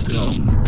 Instroom.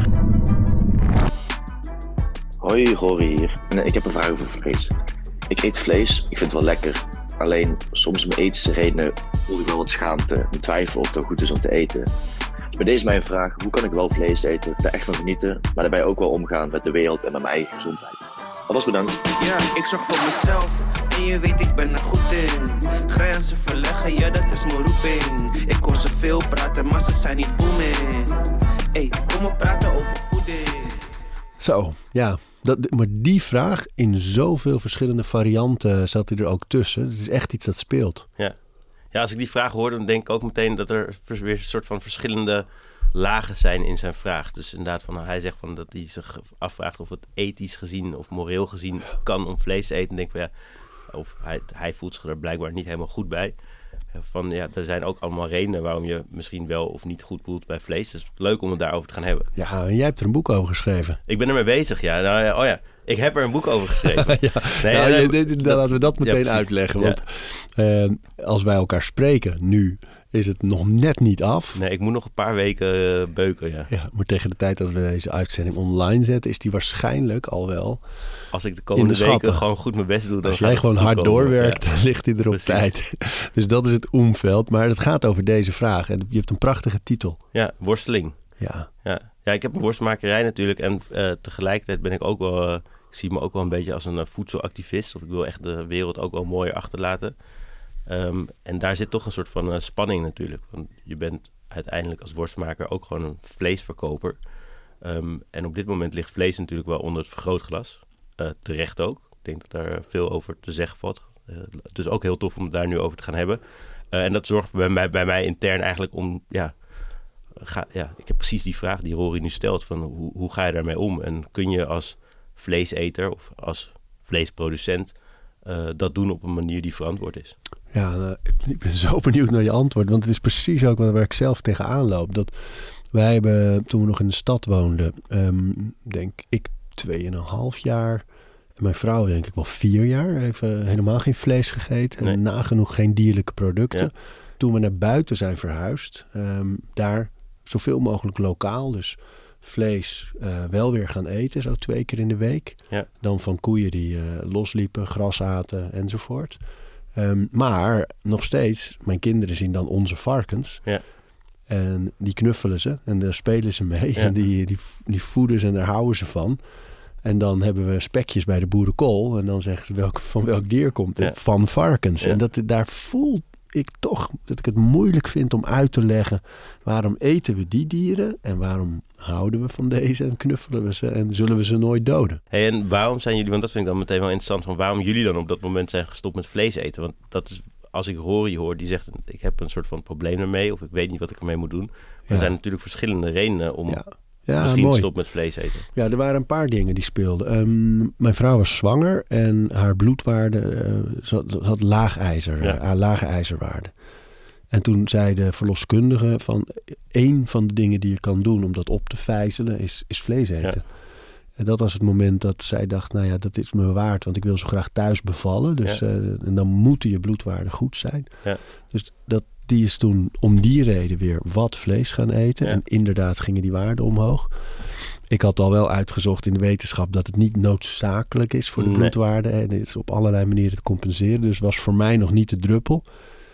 Hoi, Rory hier. Nee, ik heb een vraag over vlees. Ik eet vlees, ik vind het wel lekker. Alleen soms om ethische redenen voel ik wel wat schaamte en twijfel of het wel goed is om te eten. Dus bij deze mijn vraag, hoe kan ik wel vlees eten, daar echt van genieten, maar daarbij ook wel omgaan met de wereld en met mijn eigen gezondheid? Alvast bedankt. Ja, ik zorg voor mezelf en je weet ik ben er goed in. Grenzen verleggen, ja dat is mijn roeping. Ik hoor ze veel praten, maar ze zijn niet booming. Hey, kom op praten over voeding. Zo, ja. Maar die vraag, in zoveel verschillende varianten zat hij er ook tussen. Het is echt iets dat speelt. Ja, als ik die vraag hoor, dan denk ik ook meteen dat er weer een soort van verschillende lagen zijn in zijn vraag. Dus inderdaad, hij zegt dat hij zich afvraagt of het ethisch gezien of moreel gezien kan om vlees te eten. En denk van of hij voelt zich er blijkbaar niet helemaal goed bij. Er zijn ook allemaal redenen waarom je misschien wel of niet goed voelt bij vlees. Dus leuk om het daarover te gaan hebben. Ja, en jij hebt er een boek over geschreven. Ik ben ermee bezig, ja. Ik heb er een boek over geschreven. Laten we dat meteen uitleggen. Want als wij elkaar spreken nu, is het nog net niet af. Nee, ik moet nog een paar weken beuken, ja. Ja, maar tegen de tijd dat we deze uitzending online zetten, is die waarschijnlijk al wel. Als ik de komende weken gewoon goed mijn best doe, dan als jij gewoon hard doorwerkt, ligt hij er op tijd. Dus dat is het omveld. Maar het gaat over deze vraag. En je hebt een prachtige titel. Ja, worsteling. Ja, ik heb een worstmakerij natuurlijk. En tegelijkertijd ben ik ook wel. Ik zie me ook wel een beetje als een voedselactivist. Of ik wil echt de wereld ook wel mooier achterlaten. En daar zit toch een soort van spanning natuurlijk. Want je bent uiteindelijk als worstmaker ook gewoon een vleesverkoper. En op dit moment ligt vlees natuurlijk wel onder het vergrootglas. Terecht ook. Ik denk dat daar veel over te zeggen valt. Het is ook heel tof om het daar nu over te gaan hebben. En dat zorgt bij mij intern eigenlijk om. Ik heb precies die vraag die Rory nu stelt. Van hoe ga je daarmee om? En kun je als vleeseter of als vleesproducent dat doen op een manier die verantwoord is? Ja, ik ben zo benieuwd naar je antwoord. Want het is precies ook waar ik zelf tegenaan loop. Dat wij hebben, toen we nog in de stad woonden, denk ik 2,5 jaar. En mijn vrouw denk ik wel 4 jaar. Even helemaal geen vlees gegeten. En nagenoeg geen dierlijke producten. Ja. Toen we naar buiten zijn verhuisd, daar zoveel mogelijk lokaal. Dus vlees wel weer gaan eten, zo 2 keer in de week. Ja. Dan van koeien die losliepen, gras aten enzovoort. Maar nog steeds, mijn kinderen zien dan onze varkens. Ja. En die knuffelen ze en daar spelen ze mee. Ja. En die voeden ze en daar houden ze van. En dan hebben we spekjes bij de boerenkool. En dan zeggen ze van welk dier komt het? Ja. Van varkens. Ja. En daar voel ik toch dat ik het moeilijk vind om uit te leggen. Waarom eten we die dieren? En waarom houden we van deze en knuffelen we ze? En zullen we ze nooit doden? Hey, en waarom zijn jullie, want dat vind ik dan meteen wel interessant. Van waarom jullie dan op dat moment zijn gestopt met vlees eten? Want dat is, als ik Rory hoor, die zegt ik heb een soort van probleem ermee. Of ik weet niet wat ik ermee moet doen. Er zijn natuurlijk verschillende redenen om misschien te stoppen met vlees eten. Ja, er waren een paar dingen die speelden. Mijn vrouw was zwanger en haar bloedwaarde had laag ijzer, lage ijzerwaarde. En toen zei de verloskundige van 1 van de dingen die je kan doen om dat op te vijzelen is vlees eten. Ja. En dat was het moment dat zij dacht, nou ja, dat is me waard, want ik wil zo graag thuis bevallen. Dus en dan moeten je bloedwaarden goed zijn. Ja. Dus die is toen om die reden weer wat vlees gaan eten. Ja. En inderdaad gingen die waarden omhoog. Ik had al wel uitgezocht in de wetenschap dat het niet noodzakelijk is voor de bloedwaarden. En het is op allerlei manieren te compenseren. Dus was voor mij nog niet de druppel.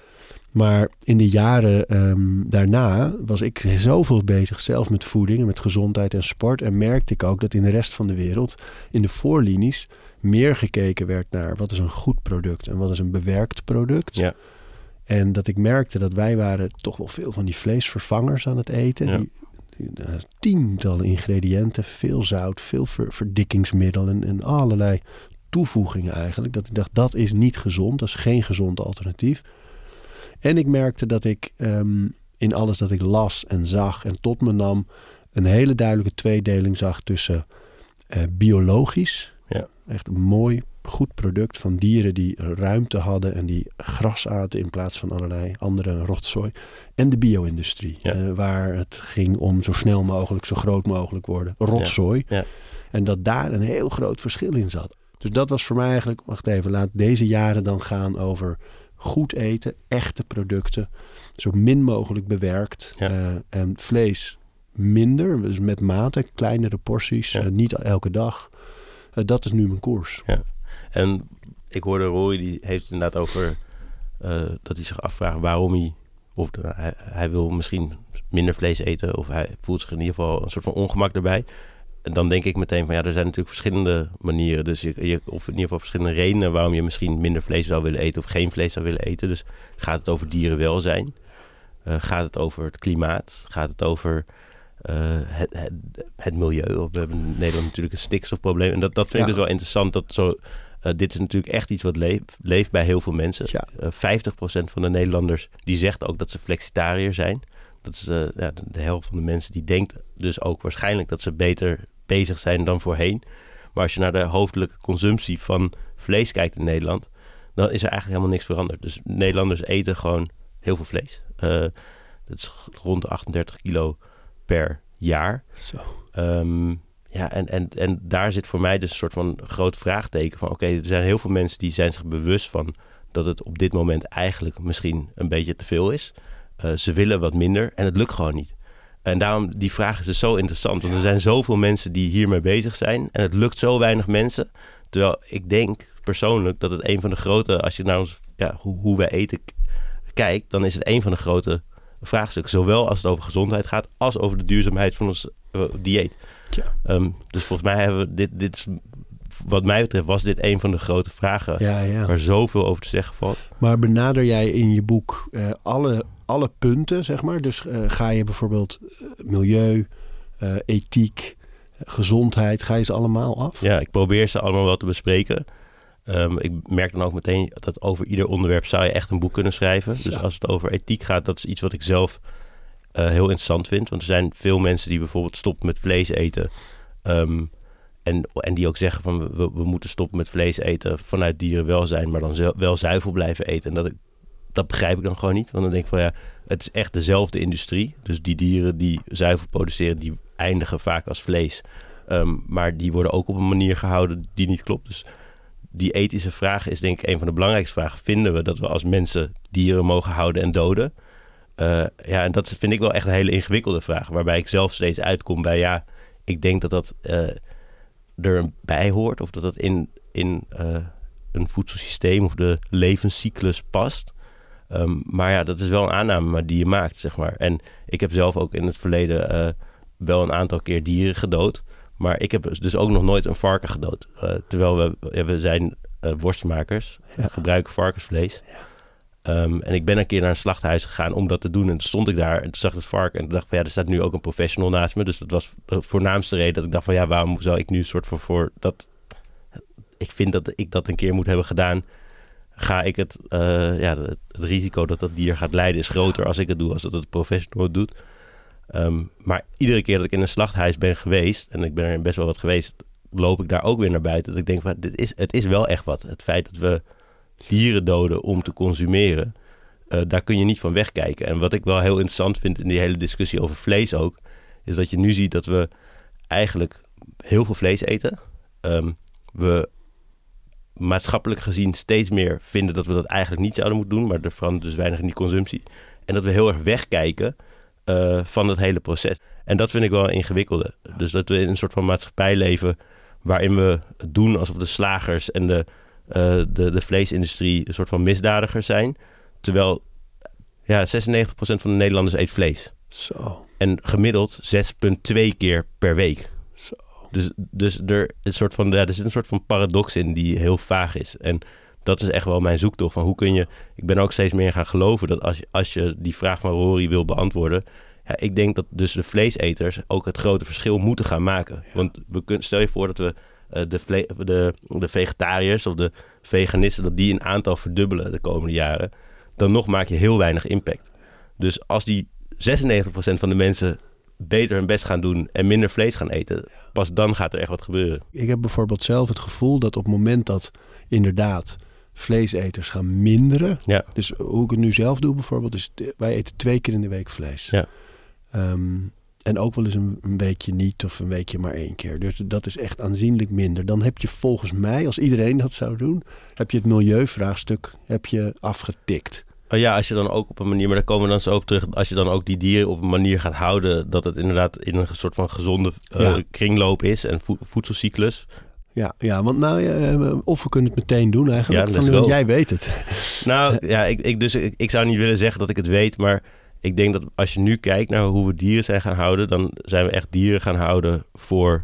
Maar in de jaren daarna was ik zoveel bezig zelf met voeding en met gezondheid en sport. En merkte ik ook dat in de rest van de wereld, in de voorlinies, meer gekeken werd naar wat is een goed product en wat is een bewerkt product. Ja. En dat ik merkte dat wij waren toch wel veel van die vleesvervangers aan het eten. Ja. Tientallen ingrediënten, veel zout, veel verdikkingsmiddelen en allerlei toevoegingen eigenlijk. Dat ik dacht, dat is niet gezond, dat is geen gezond alternatief. En ik merkte dat ik in alles dat ik las en zag en tot me nam, een hele duidelijke tweedeling zag tussen biologisch, echt een mooi, goed product van dieren die ruimte hadden en die gras aten in plaats van allerlei andere rotzooi. En de bio-industrie, waar het ging om zo snel mogelijk, zo groot mogelijk worden. Rotzooi. Ja. Ja. En dat daar een heel groot verschil in zat. Dus dat was voor mij eigenlijk, wacht even, laat deze jaren dan gaan over goed eten, echte producten, zo min mogelijk bewerkt. En vlees minder. Dus met mate, kleinere porties, Ja. niet elke dag. Dat is nu mijn koers. Ja. En ik hoorde Rory, die heeft het inderdaad over dat hij zich afvraagt waarom hij wil misschien minder vlees eten, of hij voelt zich in ieder geval een soort van ongemak erbij. En dan denk ik meteen van er zijn natuurlijk verschillende manieren. Dus of in ieder geval verschillende redenen waarom je misschien minder vlees zou willen eten of geen vlees zou willen eten. Dus gaat het over dierenwelzijn? Gaat het over het klimaat? Gaat het over het milieu? Of we hebben in Nederland natuurlijk een stikstofprobleem. En dat vind ik dus wel interessant. Dit is natuurlijk echt iets wat leeft bij heel veel mensen. Ja. 50% van de Nederlanders die zegt ook dat ze flexitariër zijn. Dat is de helft van de mensen die denkt dus ook waarschijnlijk dat ze beter bezig zijn dan voorheen. Maar als je naar de hoofdelijke consumptie van vlees kijkt in Nederland, dan is er eigenlijk helemaal niks veranderd. Dus Nederlanders eten gewoon heel veel vlees. Dat is rond de 38 kilo per jaar. Zo. En daar zit voor mij dus een soort van groot vraagteken van oké, er zijn heel veel mensen die zijn zich bewust van dat het op dit moment eigenlijk misschien een beetje te veel is. Ze willen wat minder en het lukt gewoon niet. En daarom, die vraag is dus zo interessant. Want er zijn zoveel mensen die hiermee bezig zijn. En het lukt zo weinig mensen. Terwijl ik denk persoonlijk dat het een van de grote... Als je naar ons, hoe wij eten kijkt, dan is het een van de grote vraagstukken. Zowel als het over gezondheid gaat, als over de duurzaamheid van ons dieet. Ja. Dus volgens mij hebben we dit is, wat mij betreft was dit een van de grote vragen. Ja. Waar zoveel over te zeggen valt. Maar benader jij in je boek alle punten, zeg maar? Dus ga je bijvoorbeeld milieu, ethiek, gezondheid, ga je ze allemaal af? Ja, ik probeer ze allemaal wel te bespreken. Ik merk dan ook meteen dat over ieder onderwerp zou je echt een boek kunnen schrijven. Dus als het over ethiek gaat, dat is iets wat ik zelf heel interessant vind. Want er zijn veel mensen die bijvoorbeeld stoppen met vlees eten. En die ook zeggen van we moeten stoppen met vlees eten vanuit dierenwelzijn, maar dan wel zuivel blijven eten. En dat begrijp ik dan gewoon niet. Want dan denk ik van het is echt dezelfde industrie. Dus die dieren die zuivel produceren, die eindigen vaak als vlees. Maar die worden ook op een manier gehouden die niet klopt. Dus die ethische vraag is denk ik een van de belangrijkste vragen. Vinden we dat we als mensen dieren mogen houden en doden? En dat vind ik wel echt een hele ingewikkelde vraag. Waarbij ik zelf steeds uitkom bij ik denk dat erbij hoort. Of dat in een voedselsysteem of de levenscyclus past. Maar dat is wel een aanname die je maakt, zeg maar. En ik heb zelf ook in het verleden wel een aantal keer dieren gedood. Maar ik heb dus ook nog nooit een varken gedood. Terwijl we zijn worstmakers, gebruiken varkensvlees. Ja. En ik ben een keer naar een slachthuis gegaan om dat te doen. En toen stond ik daar en toen zag ik het varken. En toen dacht ik van er staat nu ook een professional naast me. Dus dat was de voornaamste reden dat ik dacht van waarom zou ik nu een soort van voor dat... Ik vind dat ik dat een keer moet hebben gedaan. Ga ik het risico dat dier gaat lijden is groter als ik het doe, als dat het professional het doet. Maar iedere keer dat ik in een slachthuis ben geweest, en ik ben er best wel wat geweest, loop ik daar ook weer naar buiten. Dat ik denk van, het is wel echt wat. Het feit dat we dieren doden om te consumeren, daar kun je niet van wegkijken. En wat ik wel heel interessant vind in die hele discussie over vlees ook, is dat je nu ziet dat we eigenlijk heel veel vlees eten. We maatschappelijk gezien steeds meer vinden dat we dat eigenlijk niet zouden moeten doen, maar er verandert dus weinig in die consumptie. En dat we heel erg wegkijken van het hele proces. En dat vind ik wel een ingewikkelde. Dus dat we in een soort van maatschappij leven waarin we doen alsof de slagers en de vleesindustrie een soort van misdadigers zijn. Terwijl 96% van de Nederlanders eet vlees. Zo. En gemiddeld 6,2 keer per week. Zo. Dus er zit een soort van paradox in die heel vaag is. En dat is echt wel mijn zoektocht van hoe kun je... Ik ben ook steeds meer gaan geloven dat als je die vraag van Rory wil beantwoorden... ik denk dat dus de vleeseters ook het grote verschil moeten gaan maken. Ja. Want stel je voor dat we de vegetariërs of de veganisten... dat die in aantal verdubbelen de komende jaren... dan nog maak je heel weinig impact. Dus als die 96% van de mensen beter hun best gaan doen en minder vlees gaan eten, pas dan gaat er echt wat gebeuren. Ik heb bijvoorbeeld zelf het gevoel dat op het moment dat inderdaad vleeseters gaan minderen. Ja. Dus hoe ik het nu zelf doe bijvoorbeeld, is wij eten 2 keer in de week vlees. Ja. En ook wel eens een weekje niet of een weekje maar 1 keer. Dus dat is echt aanzienlijk minder. Dan heb je volgens mij, als iedereen dat zou doen, heb je het milieuvraagstuk afgetikt. Ja, als je dan ook op een manier, maar daar komen we dan zo op terug, als je dan ook die dieren op een manier gaat houden dat het inderdaad in een soort van gezonde kringloop is en voedselcyclus. Ja, want of we kunnen het meteen doen eigenlijk, want jij weet het. Nou ja, ik zou niet willen zeggen dat ik het weet, maar ik denk dat als je nu kijkt naar hoe we dieren zijn gaan houden, dan zijn we echt dieren gaan houden voor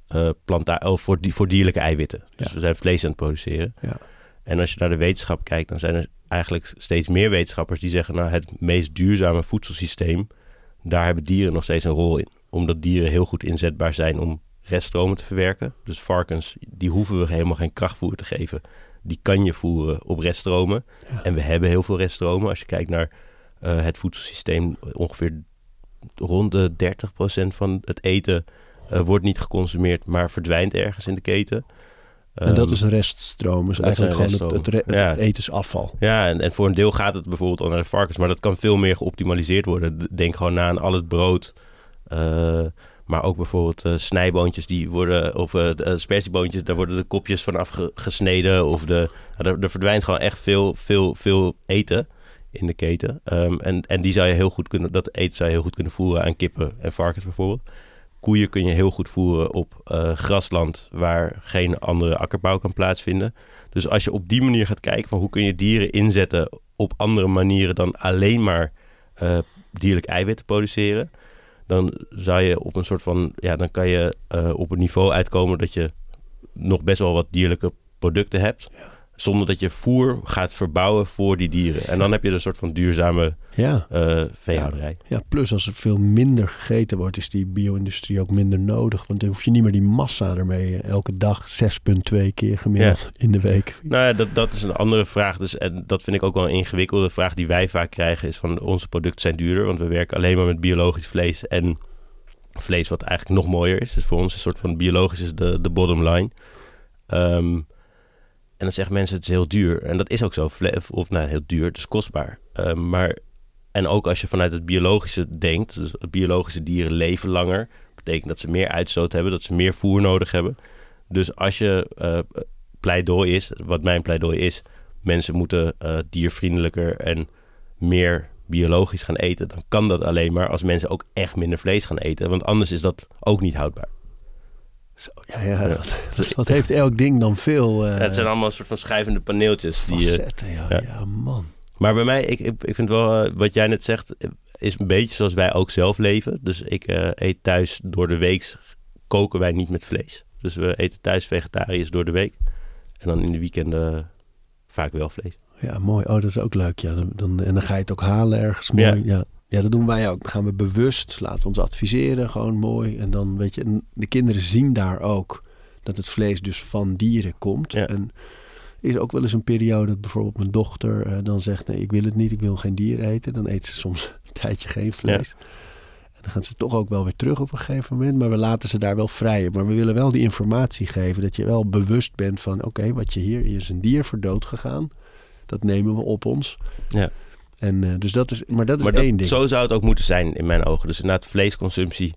voor dierlijke eiwitten. Dus we zijn vlees aan het produceren. Ja. En als je naar de wetenschap kijkt, dan zijn er eigenlijk steeds meer wetenschappers die zeggen, nou, het meest duurzame voedselsysteem, daar hebben dieren nog steeds een rol in. Omdat dieren heel goed inzetbaar zijn om reststromen te verwerken. Dus varkens, die hoeven we helemaal geen krachtvoer te geven. Die kan je voeren op reststromen. Ja. En we hebben heel veel reststromen. Als je kijkt naar het voedselsysteem, ongeveer rond de 30% van het eten wordt niet geconsumeerd, maar verdwijnt ergens in de keten. En dat is een reststroom. Dus eigenlijk gewoon het etensafval. Ja, en voor een deel gaat het bijvoorbeeld al naar de varkens. Maar dat kan veel meer geoptimaliseerd worden. Denk gewoon na aan al het brood. Maar ook bijvoorbeeld snijboontjes die worden, of spersieboontjes, daar worden de kopjes van afgesneden. Of er verdwijnt gewoon echt veel eten in de keten. En die zou je heel goed kunnen, dat eten zou je heel goed kunnen voeren aan kippen en varkens bijvoorbeeld. Koeien kun je heel goed voeren op grasland waar geen andere akkerbouw kan plaatsvinden. Dus als je op die manier gaat kijken van hoe kun je dieren inzetten op andere manieren dan alleen maar dierlijk eiwitten produceren, dan zou je op een soort van, dan kan je op een niveau uitkomen dat je nog best wel wat dierlijke producten hebt. Ja. Zonder dat je voer gaat verbouwen voor die dieren. En dan heb je een soort van duurzame veehouderij. Ja, plus als er veel minder gegeten wordt, is die bio-industrie ook minder nodig. Want dan hoef je niet meer die massa ermee elke dag 6,2 keer gemiddeld in de week. Nou ja, dat is een andere vraag. Dus, en dat vind ik ook wel een ingewikkelde vraag die wij vaak krijgen, is van onze producten zijn duurder. Want we werken alleen maar met biologisch vlees en vlees wat eigenlijk nog mooier is. Dus voor ons is een soort van biologisch is de bottom line. En dan zeggen mensen, het is heel duur. En dat is ook zo. Heel duur, het is kostbaar. En ook als je vanuit het biologische denkt, dus biologische dieren leven langer, betekent dat ze meer uitstoot hebben, dat ze meer voer nodig hebben. Dus als je pleidooi is, wat mijn pleidooi is, mensen moeten diervriendelijker en meer biologisch gaan eten, dan kan dat alleen maar als mensen ook echt minder vlees gaan eten. Want anders is dat ook niet houdbaar. Zo, wat heeft elk ding dan veel... het zijn allemaal een soort van schrijvende paneeltjes. Facetten, ja, man. Maar bij mij, ik vind wel, wat jij net zegt, is een beetje zoals wij ook zelf leven. Dus ik eet thuis door de week, koken wij niet met vlees. Dus we eten thuis vegetarisch door de week. En dan in de weekenden vaak wel vlees. Ja, mooi. Oh, dat is ook leuk. Ja. En dan ga je het ook halen ergens mooi. Ja, dat doen wij ook. Dan gaan we bewust, laten we ons adviseren, gewoon mooi. En dan weet je, de kinderen zien daar ook dat het vlees dus van dieren komt. Ja. En er is ook wel eens een periode dat bijvoorbeeld mijn dochter dan zegt, nee, ik wil het niet, ik wil geen dier eten. Dan eet ze soms een tijdje geen vlees. Ja. En dan gaan ze toch ook wel weer terug op een gegeven moment. Maar we laten ze daar wel vrij. Maar we willen wel die informatie geven, dat je wel bewust bent van, oké, wat je hier is een dier voor dood gegaan. Dat nemen we op ons. Ja. En dus dat is één ding. Zo zou het ook moeten zijn in mijn ogen. Dus inderdaad vleesconsumptie.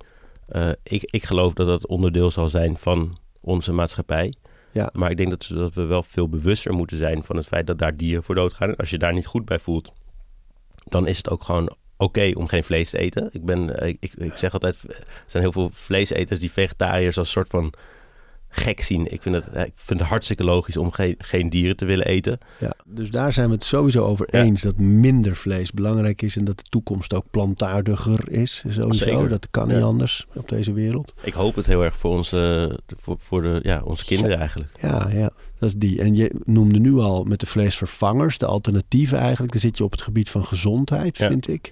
Ik geloof dat dat onderdeel zal zijn van onze maatschappij. Ja. Maar ik denk dat we wel veel bewuster moeten zijn van het feit dat daar dieren voor dood gaan. En als je daar niet goed bij voelt, dan is het ook gewoon oké om geen vlees te eten. Ik zeg altijd, er zijn heel veel vleeseters die vegetariërs als soort van gek zien. Ik vind het hartstikke logisch om geen dieren te willen eten. Ja, dus daar zijn we het sowieso over eens dat minder vlees belangrijk is en dat de toekomst ook plantaardiger is. Sowieso, zeker. Dat kan niet anders op deze wereld. Ik hoop het heel erg voor onze kinderen eigenlijk. Ja, dat is die. En je noemde nu al met de vleesvervangers, de alternatieven eigenlijk. Dan zit je op het gebied van gezondheid, vind ik.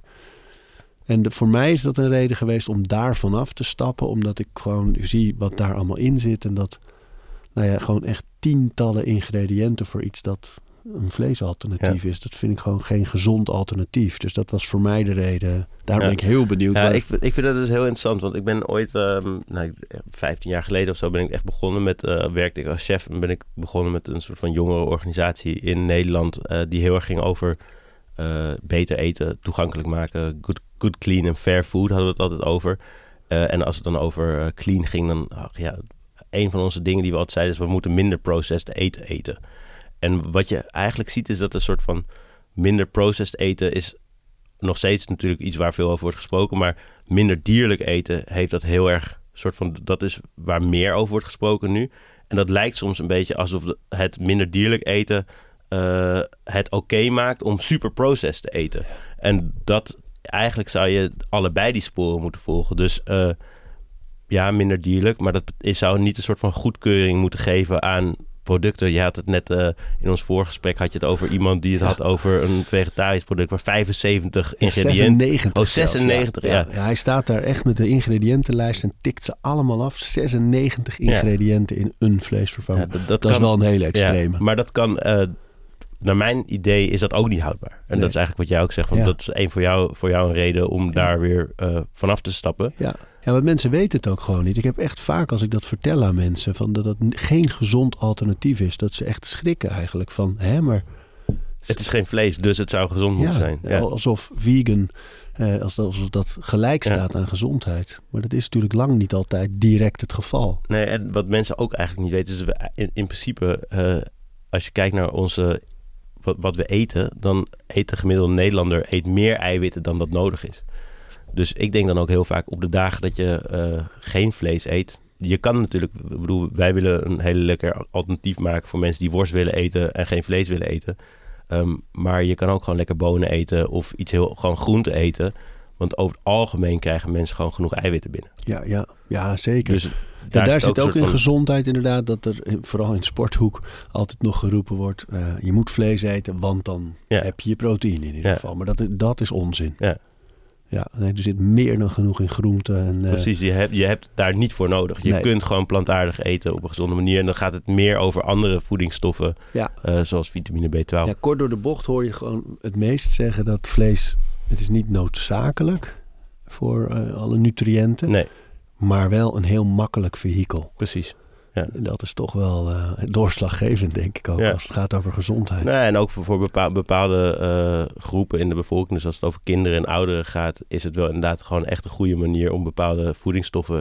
En voor mij is dat een reden geweest om daar vanaf te stappen. Omdat ik gewoon zie wat daar allemaal in zit. En dat gewoon echt tientallen ingrediënten voor iets dat een vleesalternatief is. Dat vind ik gewoon geen gezond alternatief. Dus dat was voor mij de reden. Daar ben ik heel benieuwd. Ja, ik vind dat dus heel interessant. Want ik ben ooit, 15 jaar geleden of zo, ben ik echt begonnen met, werkte ik als chef. En ben ik begonnen met een soort van jongerenorganisatie in Nederland. Die heel erg ging over beter eten, toegankelijk maken, good, clean en fair food hadden we het altijd over. En als het dan over clean ging, dan een van onze dingen die we altijd zeiden is we moeten minder processed eten. En wat je eigenlijk ziet is dat een soort van minder processed eten is nog steeds natuurlijk iets waar veel over wordt gesproken. Maar minder dierlijk eten heeft dat heel erg soort van... Dat is waar meer over wordt gesproken nu. En dat lijkt soms een beetje alsof het minder dierlijk eten het oké maakt om super processed te eten. En dat eigenlijk zou je allebei die sporen moeten volgen. Dus ja, minder dierlijk. Maar dat zou niet een soort van goedkeuring moeten geven aan producten. Je had het net in ons voorgesprek had je het over iemand die het had over een vegetarisch product waar 75 ingrediënten... 96 96, ja. Hij staat daar echt met de ingrediëntenlijst en tikt ze allemaal af. 96 ingrediënten in een vleesvervanger. Ja, dat is wel een hele extreme. Ja, maar dat kan... naar mijn idee is dat ook niet houdbaar. En dat is eigenlijk wat jij ook zegt. Want dat is voor jou een reden om daar weer vanaf te stappen. Ja, want mensen weten het ook gewoon niet. Ik heb echt vaak, als ik dat vertel aan mensen, van dat het geen gezond alternatief is. Dat ze echt schrikken eigenlijk van, maar... Het is geen vlees, dus het zou gezond moeten zijn. Ja. Alsof vegan, alsof dat gelijk staat aan gezondheid. Maar dat is natuurlijk lang niet altijd direct het geval. Nee, en wat mensen ook eigenlijk niet weten, is dat we in principe, als je kijkt naar onze... Wat we eten, dan eet de gemiddelde Nederlander meer eiwitten dan dat nodig is. Dus ik denk dan ook heel vaak op de dagen dat je geen vlees eet. Je kan natuurlijk, wij willen een hele lekker alternatief maken voor mensen die worst willen eten en geen vlees willen eten. Maar je kan ook gewoon lekker bonen eten of gewoon groente eten. Want over het algemeen krijgen mensen gewoon genoeg eiwitten binnen. Ja, zeker. Dus daar zit ook in gezondheid inderdaad, dat er vooral in sporthoek altijd nog geroepen wordt, je moet vlees eten, want dan heb je proteïne in ieder geval. Maar dat is onzin. Ja, nee, er zit meer dan genoeg in groenten. En, precies, je hebt het daar niet voor nodig. Je kunt gewoon plantaardig eten op een gezonde manier. En dan gaat het meer over andere voedingsstoffen, zoals vitamine B12. Ja, kort door de bocht hoor je gewoon het meest zeggen dat vlees, het is niet noodzakelijk voor alle nutriënten. Nee. Maar wel een heel makkelijk vehikel. Precies. Ja. En dat is toch wel doorslaggevend, denk ik ook, als het gaat over gezondheid. Nee, en ook voor bepaalde groepen in de bevolking, dus als het over kinderen en ouderen gaat, is het wel inderdaad gewoon echt een goede manier om bepaalde voedingsstoffen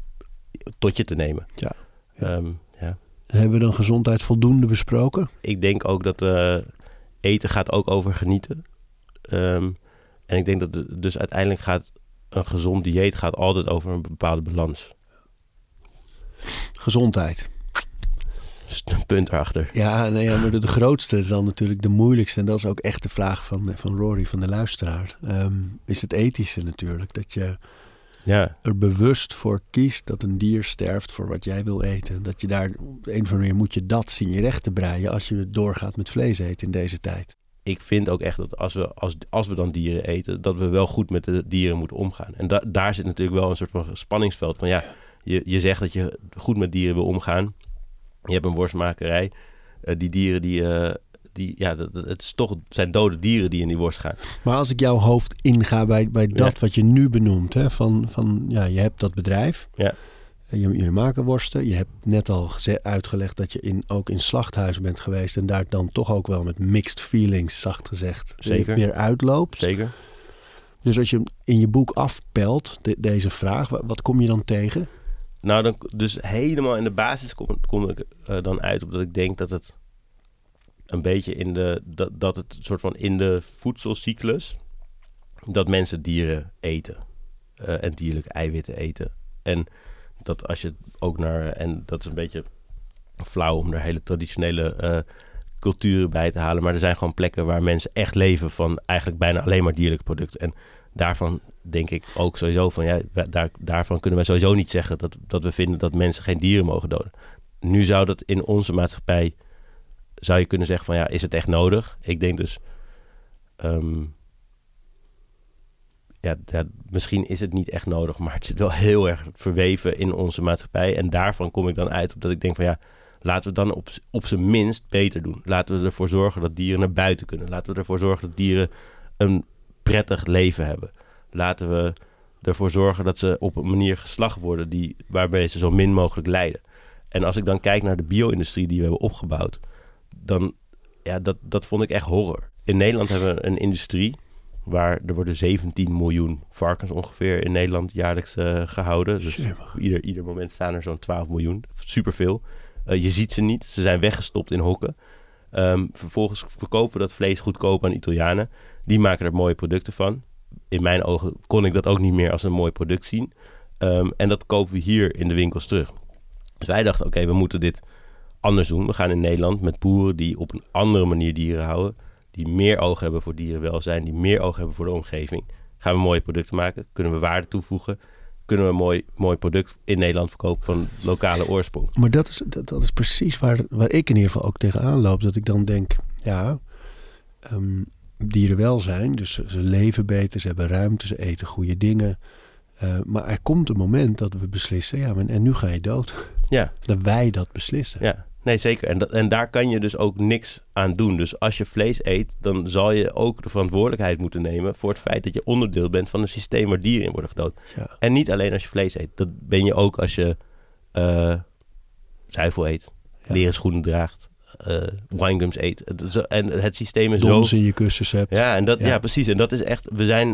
tot je te nemen. Ja. Hebben we dan gezondheid voldoende besproken? Ik denk ook dat eten gaat ook over genieten. En ik denk dat dus uiteindelijk gaat een gezond dieet gaat altijd over een bepaalde balans. Gezondheid. Een punt erachter. Ja, maar de grootste is dan natuurlijk de moeilijkste. En dat is ook echt de vraag van Rory, van de luisteraar. Is het ethische natuurlijk. Dat je er bewust voor kiest dat een dier sterft voor wat jij wil eten. Dat je daar op de een of andere manier moet je dat zien je recht te breien als je doorgaat met vlees eten in deze tijd. Ik vind ook echt dat als we dan dieren eten, dat we wel goed met de dieren moeten omgaan. En daar zit natuurlijk wel een soort van spanningsveld van je zegt dat je goed met dieren wil omgaan. Je hebt een worstmakerij. Die dieren het is toch zijn dode dieren die in die worst gaan. Maar als ik jouw hoofd inga bij dat wat je nu benoemt, hè, je hebt dat bedrijf. Ja. Jullie maken worsten. Je hebt net al uitgelegd dat je ook in slachthuizen bent geweest en daar dan toch ook wel met mixed feelings, zacht gezegd, weer uitloopt. Zeker. Dus als je in je boek afpelt deze vraag, wat kom je dan tegen? Nou, dus helemaal in de basis kom ik dan uit op dat ik denk dat het een beetje dat het soort van in de voedselcyclus dat mensen dieren eten en dierlijke eiwitten eten. En dat als je ook en dat is een beetje flauw om er hele traditionele culturen bij te halen, maar er zijn gewoon plekken waar mensen echt leven van eigenlijk bijna alleen maar dierlijke producten. En daarvan denk ik ook sowieso van daarvan kunnen wij sowieso niet zeggen dat we vinden dat mensen geen dieren mogen doden. Nu zou dat in onze maatschappij, zou je kunnen zeggen van is het echt nodig? Ik denk dus misschien is het niet echt nodig, maar het zit wel heel erg verweven in onze maatschappij. En daarvan kom ik dan uit op dat ik denk van laten we dan op zijn minst beter doen. Laten we ervoor zorgen dat dieren naar buiten kunnen. Laten we ervoor zorgen dat dieren een prettig leven hebben. Laten we ervoor zorgen dat ze op een manier geslacht worden waarbij ze zo min mogelijk lijden. En als ik dan kijk naar de bio-industrie die we hebben opgebouwd, dan dat vond ik echt horror. In Nederland hebben we een industrie waar er worden 17 miljoen varkens ongeveer in Nederland jaarlijks gehouden. Dus ieder moment staan er zo'n 12 miljoen. Superveel. Je ziet ze niet. Ze zijn weggestopt in hokken. Vervolgens verkopen we dat vlees goedkoop aan Italianen. Die maken er mooie producten van. In mijn ogen kon ik dat ook niet meer als een mooi product zien. En dat kopen we hier in de winkels terug. Dus wij dachten, oké, we moeten dit anders doen. We gaan in Nederland met boeren die op een andere manier dieren houden. Die meer oog hebben voor dierenwelzijn. Die meer oog hebben voor de omgeving. Gaan we mooie producten maken. Kunnen we waarde toevoegen. Kunnen we een mooi product in Nederland verkopen van lokale oorsprong. Maar dat is precies waar ik in ieder geval ook tegenaan loop. Dat ik dan denk, dierenwelzijn. Dus ze leven beter, ze hebben ruimte, ze eten goede dingen. Maar er komt een moment dat we beslissen, en nu ga je dood. Ja. Dat wij dat beslissen. Ja, nee zeker. En daar kan je dus ook niks aan doen. Dus als je vlees eet, dan zal je ook de verantwoordelijkheid moeten nemen voor het feit dat je onderdeel bent van een systeem waar dieren in worden gedood. Ja. En niet alleen als je vlees eet. Dat ben je ook als je zuivel eet, leren schoenen draagt, winegums eet. En het systeem is Dons in je kussens hebt. Ja, en precies. En dat is echt, we zijn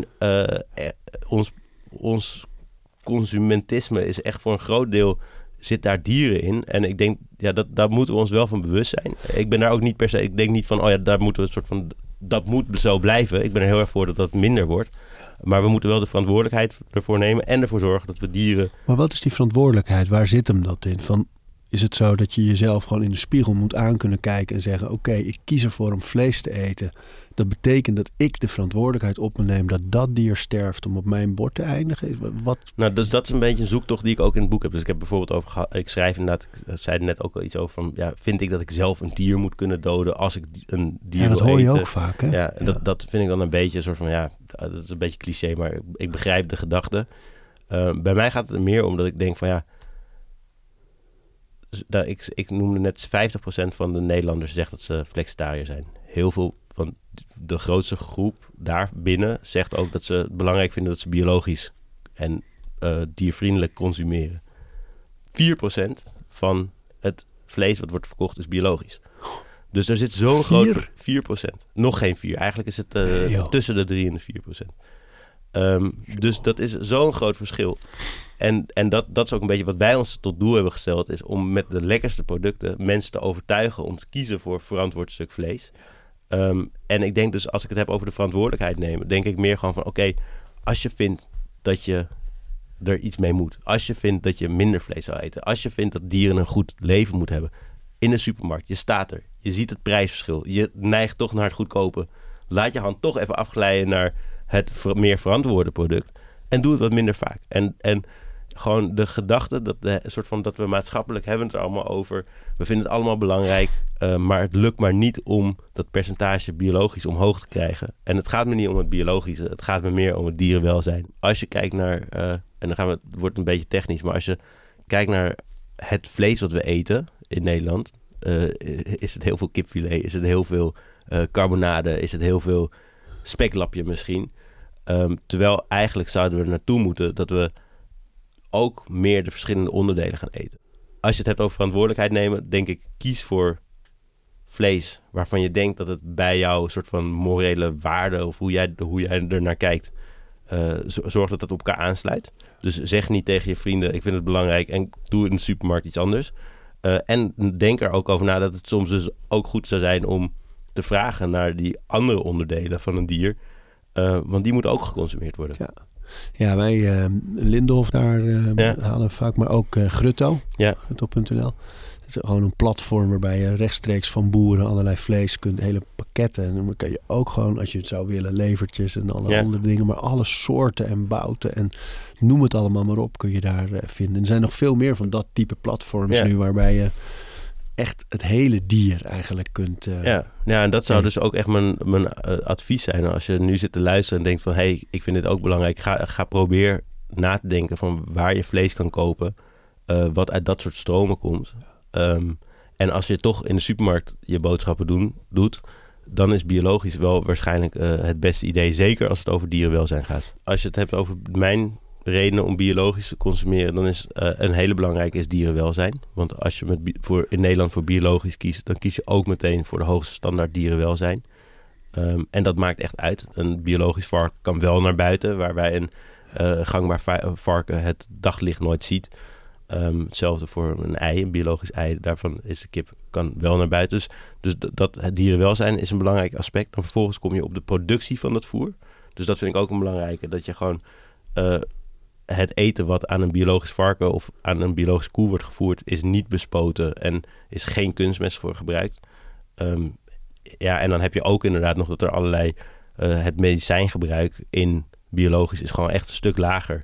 ons consumentisme is echt voor een groot deel zit daar dieren in. En ik denk, daar moeten we ons wel van bewust zijn. Ik ben daar ook niet per se, ik denk niet van, daar moeten we een soort van, dat moet zo blijven. Ik ben er heel erg voor dat dat minder wordt. Maar we moeten wel de verantwoordelijkheid ervoor nemen en ervoor zorgen dat we dieren... Maar wat is die verantwoordelijkheid? Waar zit hem dat in? Is het zo dat je jezelf gewoon in de spiegel moet aan kunnen kijken en zeggen, oké, ik kies ervoor om vlees te eten. Dat betekent dat ik de verantwoordelijkheid op me neem dat dier sterft om op mijn bord te eindigen? Wat? Nou, dus dat is een beetje een zoektocht die ik ook in het boek heb. Dus ik heb bijvoorbeeld ik schrijf inderdaad, ik zei er net ook al iets over van, vind ik dat ik zelf een dier moet kunnen doden als ik een dier wil eten? Dat hoor je ook vaak, hè? Ja, dat vind ik dan een beetje een soort van, dat is een beetje cliché, maar ik begrijp de gedachte. Bij mij gaat het er meer om dat ik denk van, ik noemde net 50% van de Nederlanders zegt dat ze flexitariër zijn. Heel veel van de grootste groep daarbinnen zegt ook dat ze het belangrijk vinden dat ze biologisch en diervriendelijk consumeren. 4% van het vlees wat wordt verkocht is biologisch. Dus er zit zo'n groot 4%. Nog geen 4. Eigenlijk is het tussen de 3 en de 4%. Dus dat is zo'n groot verschil. En dat is ook een beetje wat wij ons tot doel hebben gesteld, is om met de lekkerste producten mensen te overtuigen om te kiezen voor verantwoord stuk vlees. En ik denk dus, als ik het heb over de verantwoordelijkheid nemen, denk ik meer gewoon van, oké, als je vindt dat je er iets mee moet, als je vindt dat je minder vlees zou eten, als je vindt dat dieren een goed leven moeten hebben, in de supermarkt, je staat er, je ziet het prijsverschil, je neigt toch naar het goedkope, laat je hand toch even afglijden naar het meer verantwoorde product en doe het wat minder vaak. En gewoon de gedachte dat we maatschappelijk hebben het er allemaal over. We vinden het allemaal belangrijk, maar het lukt maar niet om dat percentage biologisch omhoog te krijgen. En het gaat me niet om het biologische, het gaat me meer om het dierenwelzijn. Als je kijkt naar, en dan het wordt een beetje technisch, maar als je kijkt naar het vlees wat we eten in Nederland, is het heel veel kipfilet, is het heel veel carbonade, is het heel veel speklapje misschien. Terwijl eigenlijk zouden we er naartoe moeten dat we ook meer de verschillende onderdelen gaan eten. Als je het hebt over verantwoordelijkheid nemen, denk ik, kies voor vlees waarvan je denkt dat het bij jouw soort van morele waarde of hoe jij er naar kijkt, zorg dat het op elkaar aansluit. Dus zeg niet tegen je vrienden, ik vind het belangrijk en doe in de supermarkt iets anders. En denk er ook over na dat het soms dus ook goed zou zijn om te vragen naar die andere onderdelen van een dier. Want die moeten ook geconsumeerd worden. Ja, wij Lindenhof daar halen we vaak, maar ook Grutto. Ja. Grutto.nl. Het is gewoon een platform waarbij je rechtstreeks van boeren allerlei vlees kunt, hele pakketten. En dan kan je ook gewoon, als je het zou willen, levertjes en alle andere dingen, maar alle soorten en bouten en noem het allemaal maar op, kun je daar vinden. Er zijn nog veel meer van dat type platforms nu, waarbij je echt het hele dier eigenlijk kunt... Ja, en dat zou dus ook echt mijn advies zijn. Als je nu zit te luisteren en denkt van, hey, ik vind dit ook belangrijk. Ga probeer na te denken van waar je vlees kan kopen. Wat uit dat soort stromen komt. En als je toch in de supermarkt je boodschappen doet, dan is biologisch wel waarschijnlijk het beste idee. Zeker als het over dierenwelzijn gaat. Als je het hebt over mijn redenen om biologisch te consumeren, dan is een hele belangrijke is dierenwelzijn. Want als je in Nederland voor biologisch kiest, dan kies je ook meteen voor de hoogste standaard dierenwelzijn. En dat maakt echt uit. Een biologisch varken kan wel naar buiten, waarbij een gangbaar varken het daglicht nooit ziet. Hetzelfde voor een ei, een biologisch ei. Daarvan is de kip kan wel naar buiten. Dus dat het dierenwelzijn is een belangrijk aspect. Dan vervolgens kom je op de productie van dat voer. Dus dat vind ik ook een belangrijke. Dat je gewoon het eten wat aan een biologisch varken of aan een biologische koe wordt gevoerd, is niet bespoten en is geen kunstmest voor gebruikt. En dan heb je ook inderdaad nog dat er allerlei het medicijngebruik in biologisch is gewoon echt een stuk lager.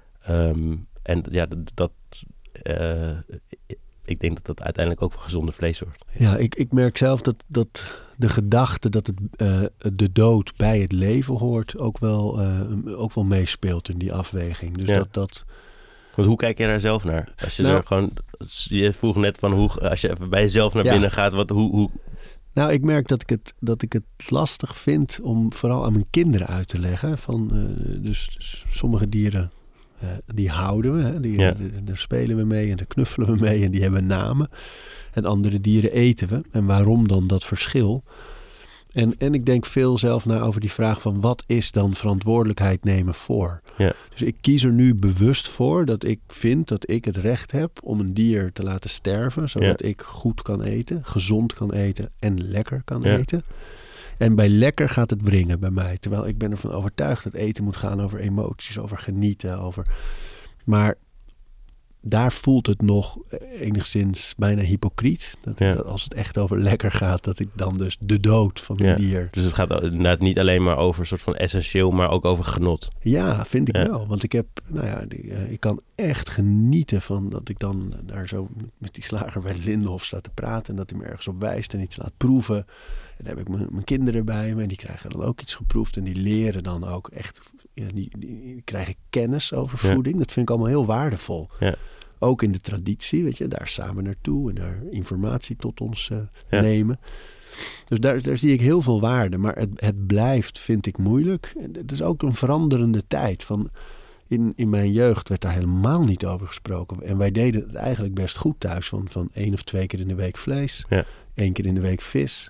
Ik denk dat dat uiteindelijk ook voor gezonde vlees zorgt. Ja, ik merk zelf dat de gedachte dat de dood bij het leven hoort ook wel meespeelt in die afweging. Dus dat... Want hoe kijk je daar zelf naar? Als je er gewoon, je vroeg net van als je even bij jezelf naar binnen gaat, hoe... Nou, ik merk dat ik het lastig vind om vooral aan mijn kinderen uit te leggen. Dus sommige dieren, die houden we. Hè? Daar spelen we mee en daar knuffelen we mee en die hebben namen. En andere dieren eten we. En waarom dan dat verschil? En ik denk veel zelf na over die vraag van wat is dan verantwoordelijkheid nemen voor? Ja. Dus ik kies er nu bewust voor dat ik vind dat ik het recht heb om een dier te laten sterven. Zodat ik goed kan eten, gezond kan eten en lekker kan eten. En bij lekker gaat het wringen bij mij. Terwijl ik ben ervan overtuigd dat eten moet gaan over emoties, over genieten. Maar daar voelt het nog enigszins bijna hypocriet. Dat als het echt over lekker gaat, dat ik dan dus de dood van een dier... Dus het gaat inderdaad niet alleen maar over een soort van essentieel, maar ook over genot. Ja, vind ik wel. Want ik heb, ik kan echt genieten van dat ik dan daar zo met die slager bij Lindenhof sta te praten en dat hij me ergens op wijst en iets laat proeven. En dan heb ik mijn kinderen bij me en die krijgen dan ook iets geproefd en die leren dan ook echt... Die krijgen kennis over voeding. Dat vind ik allemaal heel waardevol. Ja. Ook in de traditie, weet je, daar samen naartoe en daar informatie tot ons nemen. Dus daar zie ik heel veel waarde. Maar het blijft, vind ik, moeilijk. Het is ook een veranderende tijd. In mijn jeugd werd daar helemaal niet over gesproken. En wij deden het eigenlijk best goed thuis. Van 1 of 2 keer in de week vlees. 1 keer in de week vis.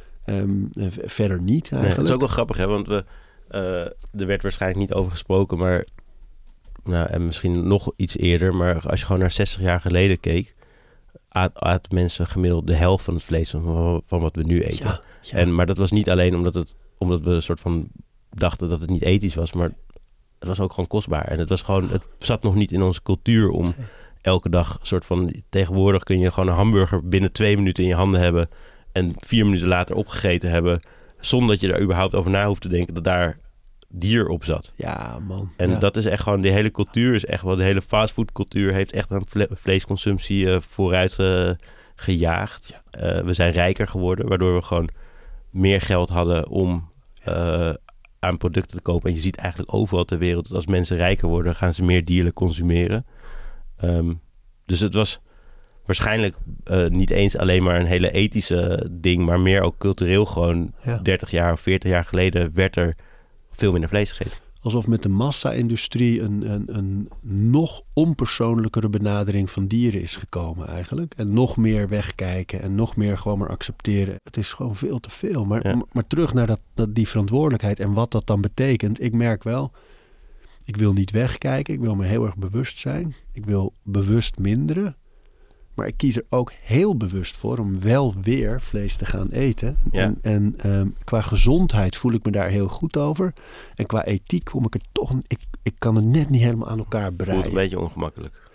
Verder niet eigenlijk. Nee, dat is ook wel grappig, hè? Want er werd waarschijnlijk niet over gesproken, maar en misschien nog iets eerder, maar als je gewoon naar 60 jaar geleden keek, aten mensen gemiddeld de helft van het vlees van wat we nu eten. Ja. Maar dat was niet alleen omdat we een soort van dachten dat het niet ethisch was, maar het was ook gewoon kostbaar. En het zat nog niet in onze cultuur om elke dag soort van... Tegenwoordig kun je gewoon een hamburger binnen 2 minuten in je handen hebben en 4 minuten later opgegeten hebben, zonder dat je er überhaupt over na hoeft te denken dat daar dier op zat. Ja, man. En dat is echt gewoon, de hele cultuur is echt wel, de hele fastfoodcultuur heeft echt aan vleesconsumptie vooruit gejaagd. Ja. We zijn rijker geworden, waardoor we gewoon meer geld hadden om aan producten te kopen. En je ziet eigenlijk overal ter wereld dat als mensen rijker worden, gaan ze meer dierlijk consumeren. Dus het was waarschijnlijk niet eens alleen maar een hele ethische ding, maar meer ook cultureel gewoon 30 jaar of 40 jaar geleden werd er veel minder vlees gegeten. Alsof met de massa-industrie een nog onpersoonlijkere benadering van dieren is gekomen eigenlijk. En nog meer wegkijken en nog meer gewoon maar accepteren. Het is gewoon veel te veel. Maar terug naar die verantwoordelijkheid en wat dat dan betekent. Ik merk wel, ik wil niet wegkijken. Ik wil me heel erg bewust zijn. Ik wil bewust minderen. Maar ik kies er ook heel bewust voor om wel weer vlees te gaan eten. Ja. En qua gezondheid voel ik me daar heel goed over. En qua ethiek kom ik er toch... Ik kan het net niet helemaal aan elkaar breien. Voelt een beetje ongemakkelijk.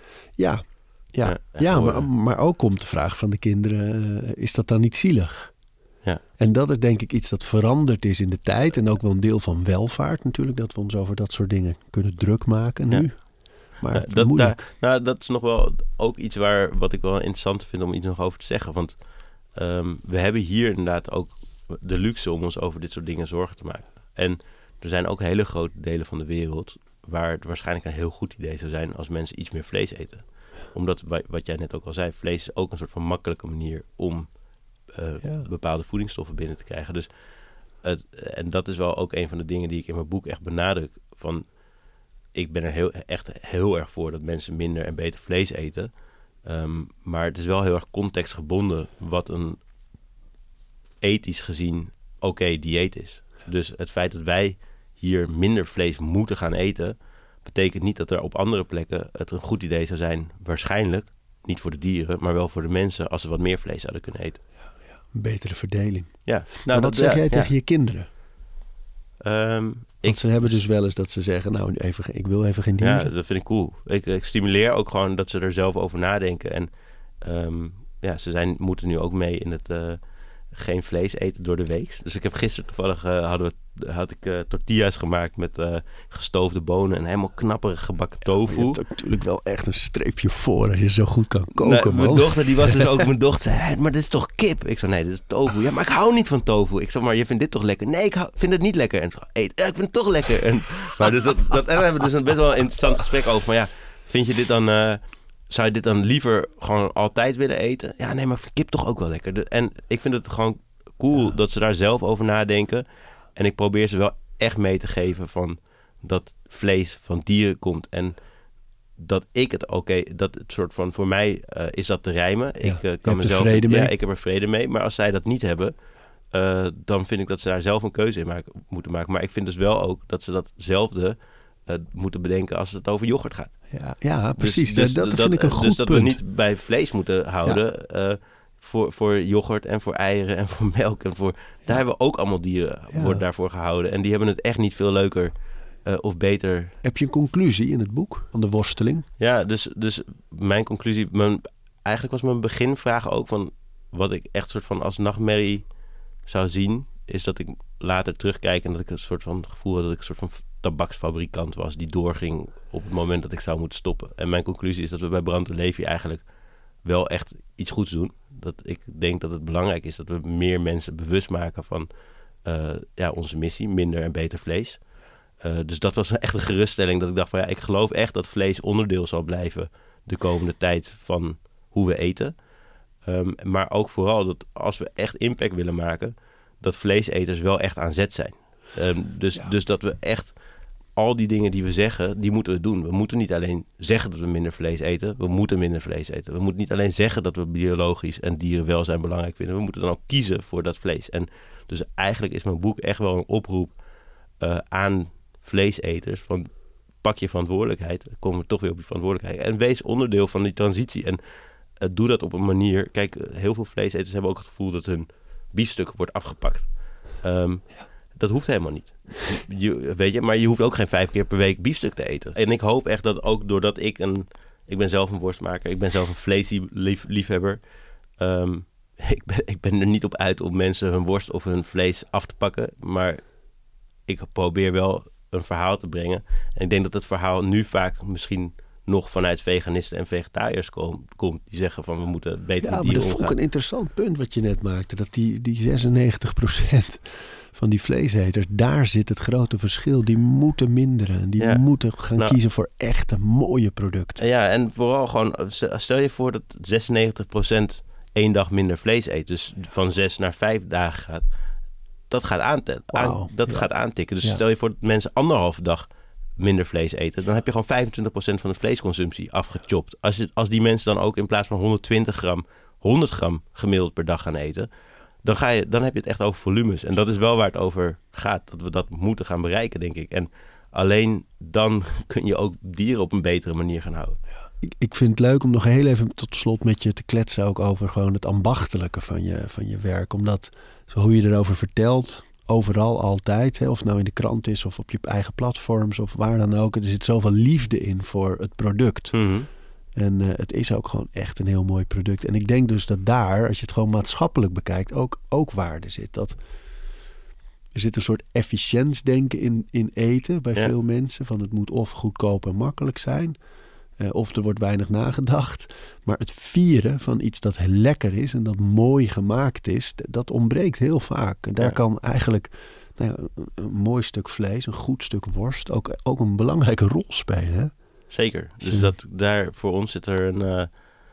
Ja, maar ook komt de vraag van de kinderen... is dat dan niet zielig? Ja. En dat is denk ik iets dat veranderd is in de tijd. En ook wel een deel van welvaart natuurlijk. Dat we ons over dat soort dingen kunnen druk maken nu. Ja. Maar dat is nog wel ook iets wat ik wel interessant vind om iets nog over te zeggen. Want we hebben hier inderdaad ook de luxe om ons over dit soort dingen zorgen te maken. En er zijn ook hele grote delen van de wereld waar het waarschijnlijk een heel goed idee zou zijn als mensen iets meer vlees eten. Omdat, wat jij net ook al zei, vlees is ook een soort van makkelijke manier om bepaalde voedingsstoffen binnen te krijgen. Dus en dat is wel ook een van de dingen die ik in mijn boek echt benadruk van... Ik ben er heel erg voor dat mensen minder en beter vlees eten. Maar het is wel heel erg contextgebonden wat een ethisch gezien oké dieet is. Dus het feit dat wij hier minder vlees moeten gaan eten... betekent niet dat er op andere plekken het een goed idee zou zijn, waarschijnlijk, niet voor de dieren, maar wel voor de mensen, als ze wat meer vlees zouden kunnen eten. Een betere verdeling. Ja. Nou, wat zeg jij tegen je kinderen? Want ze hebben dus wel eens dat ze zeggen, nou, ik wil even geen dieren. Ja, dat vind ik cool. Ik stimuleer ook gewoon dat ze er zelf over nadenken. En ze moeten nu ook mee in het geen vlees eten door de week. Dus ik heb gisteren toevallig had ik tortillas gemaakt met gestoofde bonen en helemaal knapperig gebakken tofu. Je hebt ook natuurlijk wel echt een streepje voor als je zo goed kan koken, man. Mijn dochter, die was dus ook, mijn dochter zei, maar dit is toch kip? Ik zei, nee, dit is tofu. Ja, maar ik hou niet van tofu. Ik zei, maar je vindt dit toch lekker? Nee, vind het niet lekker. En ik zei, ik vind het toch lekker. En daar hebben we dus een best wel interessant gesprek over van, vind je dit dan... zou je dit dan liever gewoon altijd willen eten? Ja, nee, maar ik vind kip toch ook wel lekker. En ik vind het gewoon cool dat ze daar zelf over nadenken. En ik probeer ze wel echt mee te geven van dat vlees van dieren komt. En dat ik het dat het soort van, voor mij is dat te rijmen. Ja, ik kan mezelf, vrede mee. Ja, ik heb er vrede mee. Maar als zij dat niet hebben, dan vind ik dat ze daar zelf een keuze in moeten maken. Maar ik vind dus wel ook dat ze datzelfde moeten bedenken als het over yoghurt gaat. Ja, precies. Dus dat vind ik een goed punt. Dus dat we niet bij vlees moeten houden. Voor yoghurt en voor eieren en voor melk. Daar hebben we ook allemaal dieren, wordt daarvoor gehouden. En die hebben het echt niet veel leuker of beter. Heb je een conclusie in het boek van de worsteling? Ja, dus mijn conclusie... Eigenlijk was mijn beginvraag ook van... Wat ik echt soort van als nachtmerrie zou zien... is dat ik later terugkijk en dat ik een soort van gevoel had... dat ik een soort van tabaksfabrikant was... die doorging op het moment dat ik zou moeten stoppen. En mijn conclusie is dat we bij Brand de Levi eigenlijk... wel echt iets goeds doen. Dat ik denk dat het belangrijk is dat we meer mensen bewust maken van onze missie, minder en beter vlees. Dus dat was echt een geruststelling dat ik dacht van ik geloof echt dat vlees onderdeel zal blijven de komende tijd van hoe we eten. Maar ook vooral dat als we echt impact willen maken, dat vleeseters wel echt aan zet zijn. Dus dat we echt al die dingen die we zeggen, die moeten we doen. We moeten niet alleen zeggen dat we minder vlees eten. We moeten minder vlees eten. We moeten niet alleen zeggen dat we biologisch en dierenwelzijn belangrijk vinden. We moeten dan ook kiezen voor dat vlees. En dus eigenlijk is mijn boek echt wel een oproep aan vleeseters. Van pak je verantwoordelijkheid. Dan komen we toch weer op je verantwoordelijkheid. En wees onderdeel van die transitie. En doe dat op een manier. Kijk, heel veel vleeseters hebben ook het gevoel dat hun biefstuk wordt afgepakt. Dat hoeft helemaal niet. Maar je hoeft ook geen 5 keer per week biefstuk te eten. En ik hoop echt dat ook doordat ik ben zelf een worstmaker. Ik ben zelf een vleesliefhebber. Ik ben er niet op uit om mensen hun worst of hun vlees af te pakken. Maar ik probeer wel een verhaal te brengen. En ik denk dat het verhaal nu vaak misschien nog vanuit veganisten en vegetariërs komt. Die zeggen van we moeten beter met dieren omgaan. Ja, maar dat vond ik een interessant punt wat je net maakte. Dat die 96% van die vleeseters, daar zit het grote verschil. Die moeten minderen. Die moeten gaan kiezen voor echte mooie producten. Ja, en vooral gewoon, stel je voor dat 96% 1 dag minder vlees eet. Dus van 6 naar 5 dagen gaat. Dat gaat gaat aantikken. Dus stel je voor dat mensen 1,5 dag minder vlees eten, dan heb je gewoon 25% van de vleesconsumptie afgechopt. Als die mensen dan ook in plaats van 120 gram, 100 gram gemiddeld per dag gaan eten, dan heb je het echt over volumes. En dat is wel waar het over gaat. Dat we dat moeten gaan bereiken, denk ik. En alleen dan kun je ook dieren op een betere manier gaan houden. Ik vind het leuk om nog heel even tot slot met je te kletsen ook over gewoon het ambachtelijke van je werk. Omdat hoe je erover vertelt, overal altijd, hè, of het nou in de krant is of op je eigen platforms of waar dan ook. Er zit zoveel liefde in voor het product. Mm-hmm. En het is ook gewoon echt een heel mooi product. En ik denk dus dat daar, als je het gewoon maatschappelijk bekijkt, ook waarde zit. Dat er zit een soort efficiëntsdenken in eten bij veel mensen. Van het moet of goedkoop en makkelijk zijn. Of er wordt weinig nagedacht. Maar het vieren van iets dat heel lekker is en dat mooi gemaakt is, dat ontbreekt heel vaak. En daar kan eigenlijk een mooi stuk vlees, een goed stuk worst ook een belangrijke rol spelen. Hè? Zeker. Dus dat daar voor ons zit er een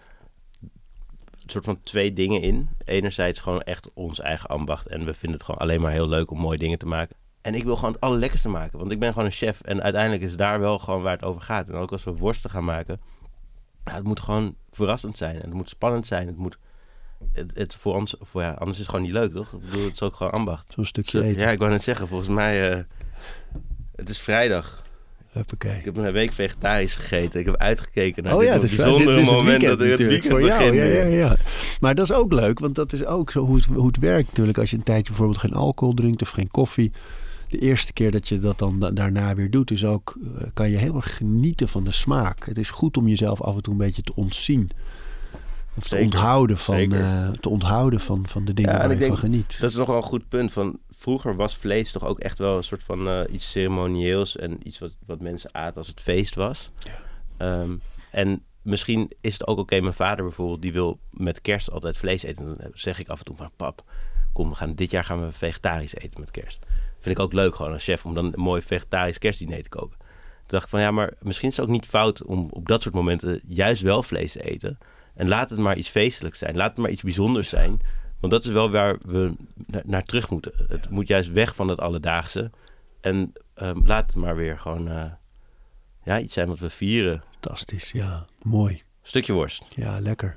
soort van 2 dingen in. Enerzijds gewoon echt ons eigen ambacht. En we vinden het gewoon alleen maar heel leuk om mooie dingen te maken. En ik wil gewoon het allerlekkerste maken. Want ik ben gewoon een chef. En uiteindelijk is daar wel gewoon waar het over gaat. En ook als we worsten gaan maken. Het moet gewoon verrassend zijn. En het moet spannend zijn. Het moet het voor ons... anders is het gewoon niet leuk, toch? Ik bedoel, het is ook gewoon ambacht. Zo'n stukje eten. Ja, ik wou net zeggen. Volgens mij... het is vrijdag. Huppakee. Ik heb een week vegetarisch gegeten. Ik heb uitgekeken naar het is bijzondere moment dat het weekend voor jou. begint. Ja. Maar dat is ook leuk, want dat is ook zo hoe het werkt natuurlijk. Als je een tijdje bijvoorbeeld geen alcohol drinkt of geen koffie. De eerste keer dat je dat dan daarna weer doet, is ook, kan je heel erg genieten van de smaak. Het is goed om jezelf af en toe een beetje te ontzien. Of te onthouden van de dingen waar je van geniet. Dat is nog wel een goed punt. Vroeger was vlees toch ook echt wel een soort van iets ceremonieels en iets wat mensen aten als het feest was. Ja. En misschien is het ook oké. Mijn vader bijvoorbeeld, die wil met kerst altijd vlees eten. Dan zeg ik af en toe van, pap, kom, dit jaar gaan we vegetarisch eten met kerst. Vind ik ook leuk gewoon als chef om dan een mooi vegetarisch kerstdiner te koken. Toen dacht ik van, ja, maar misschien is het ook niet fout om op dat soort momenten juist wel vlees te eten. En laat het maar iets feestelijks zijn. Laat het maar iets bijzonders zijn. Want dat is wel waar we naar terug moeten. Het moet juist weg van het alledaagse. En laat het maar weer gewoon iets zijn wat we vieren. Fantastisch, ja. Mooi. Stukje worst. Ja, lekker.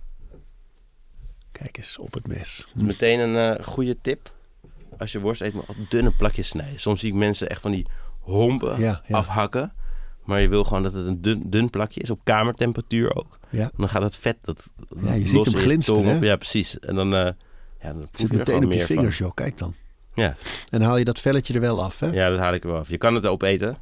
Kijk eens, op het mes. Dus meteen een goede tip. Als je worst eet, moet je dunne plakjes snijden. Soms zie ik mensen echt van die hompen afhakken. Maar je wil gewoon dat het een dun plakje is. Op kamertemperatuur ook. Ja. Dan gaat het vet. Je ziet hem glinsteren, hè? Ja, precies. En dan proef zit je meteen op je vingers, van. Joh. Kijk dan. Ja. En dan haal je dat velletje er wel af, hè? Ja, dat haal ik er wel af. Je kan het opeten.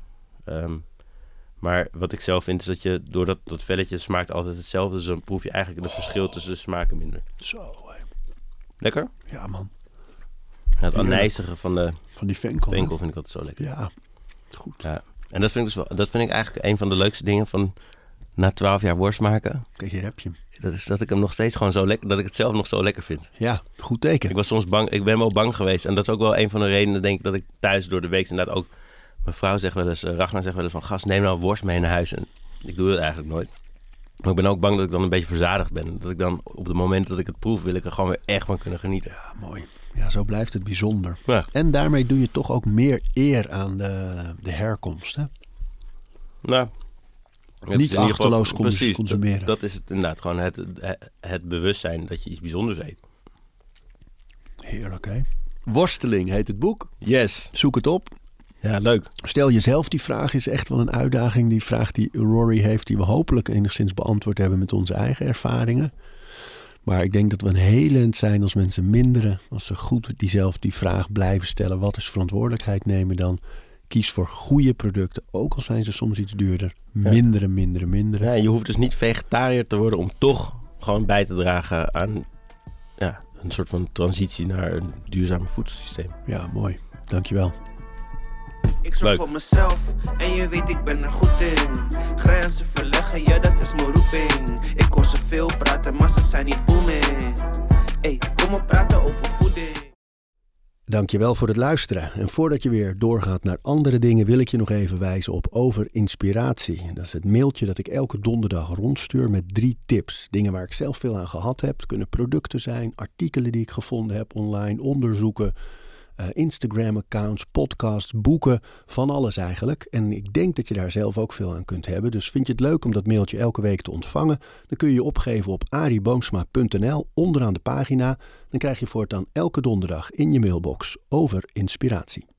Maar wat ik zelf vind is dat je door dat velletje smaakt altijd hetzelfde. Dus dan proef je eigenlijk het verschil tussen de smaken minder. Zo, hè. Lekker? Ja, man. Ja, het anijzige van die venkel vind ik altijd zo lekker. Ja, goed. Ja. En dat vind ik eigenlijk een van de leukste dingen van na 12 jaar worst maken. Kijk, hier heb je hem. Dat is dat ik hem nog steeds gewoon zo lekker, dat ik het zelf nog zo lekker vind. Ja, goed teken. Ik was soms bang, ik ben wel bang geweest. En dat is ook wel een van de redenen, denk ik, dat ik thuis door de week inderdaad ook... Mijn vrouw zegt wel eens, Ragnar zegt wel eens van, gast, neem nou worst mee naar huis. En ik doe dat eigenlijk nooit. Maar ik ben ook bang dat ik dan een beetje verzadigd ben. Dat ik dan op het moment dat ik het proef, wil ik er gewoon weer echt van kunnen genieten. Ja, mooi. Ja, zo blijft het bijzonder. Ja. En daarmee doe je toch ook meer eer aan de herkomst, hè? Nou, niet achterloos consumeren. Dat is het inderdaad. Gewoon het bewustzijn dat je iets bijzonders eet. Heerlijk, hè? Worsteling heet het boek. Yes. Zoek het op. Ja, leuk. Stel jezelf die vraag, is echt wel een uitdaging. Die vraag die Rory heeft, die we hopelijk enigszins beantwoord hebben met onze eigen ervaringen. Maar ik denk dat we een heel eind zijn als mensen minderen. Als ze goed die vraag blijven stellen. Wat is verantwoordelijkheid nemen dan? Kies voor goede producten, ook al zijn ze soms iets duurder. Minderen. Ja, je hoeft dus niet vegetariër te worden om toch gewoon bij te dragen aan een soort van transitie naar een duurzaam voedselsysteem. Ja, mooi. Dankjewel. Ik zorg voor mezelf en je weet ik ben er goed in. Grenzen verleggen, ja dat is mijn roeping. Ik hoor ze veel praten, maar ze zijn niet booming. Hey, kom op praten over voeding. Dankjewel voor het luisteren. En voordat je weer doorgaat naar andere dingen, wil ik je nog even wijzen op Over Inspiratie. Dat is het mailtje dat ik elke donderdag rondstuur met 3 tips. Dingen waar ik zelf veel aan gehad heb. Het kunnen producten zijn, artikelen die ik gevonden heb online, onderzoeken, Instagram-accounts, podcasts, boeken, van alles eigenlijk. En ik denk dat je daar zelf ook veel aan kunt hebben. Dus vind je het leuk om dat mailtje elke week te ontvangen? Dan kun je je opgeven op ariboomsma.nl, onderaan de pagina. Dan krijg je voortaan elke donderdag in je mailbox Over Inspiratie.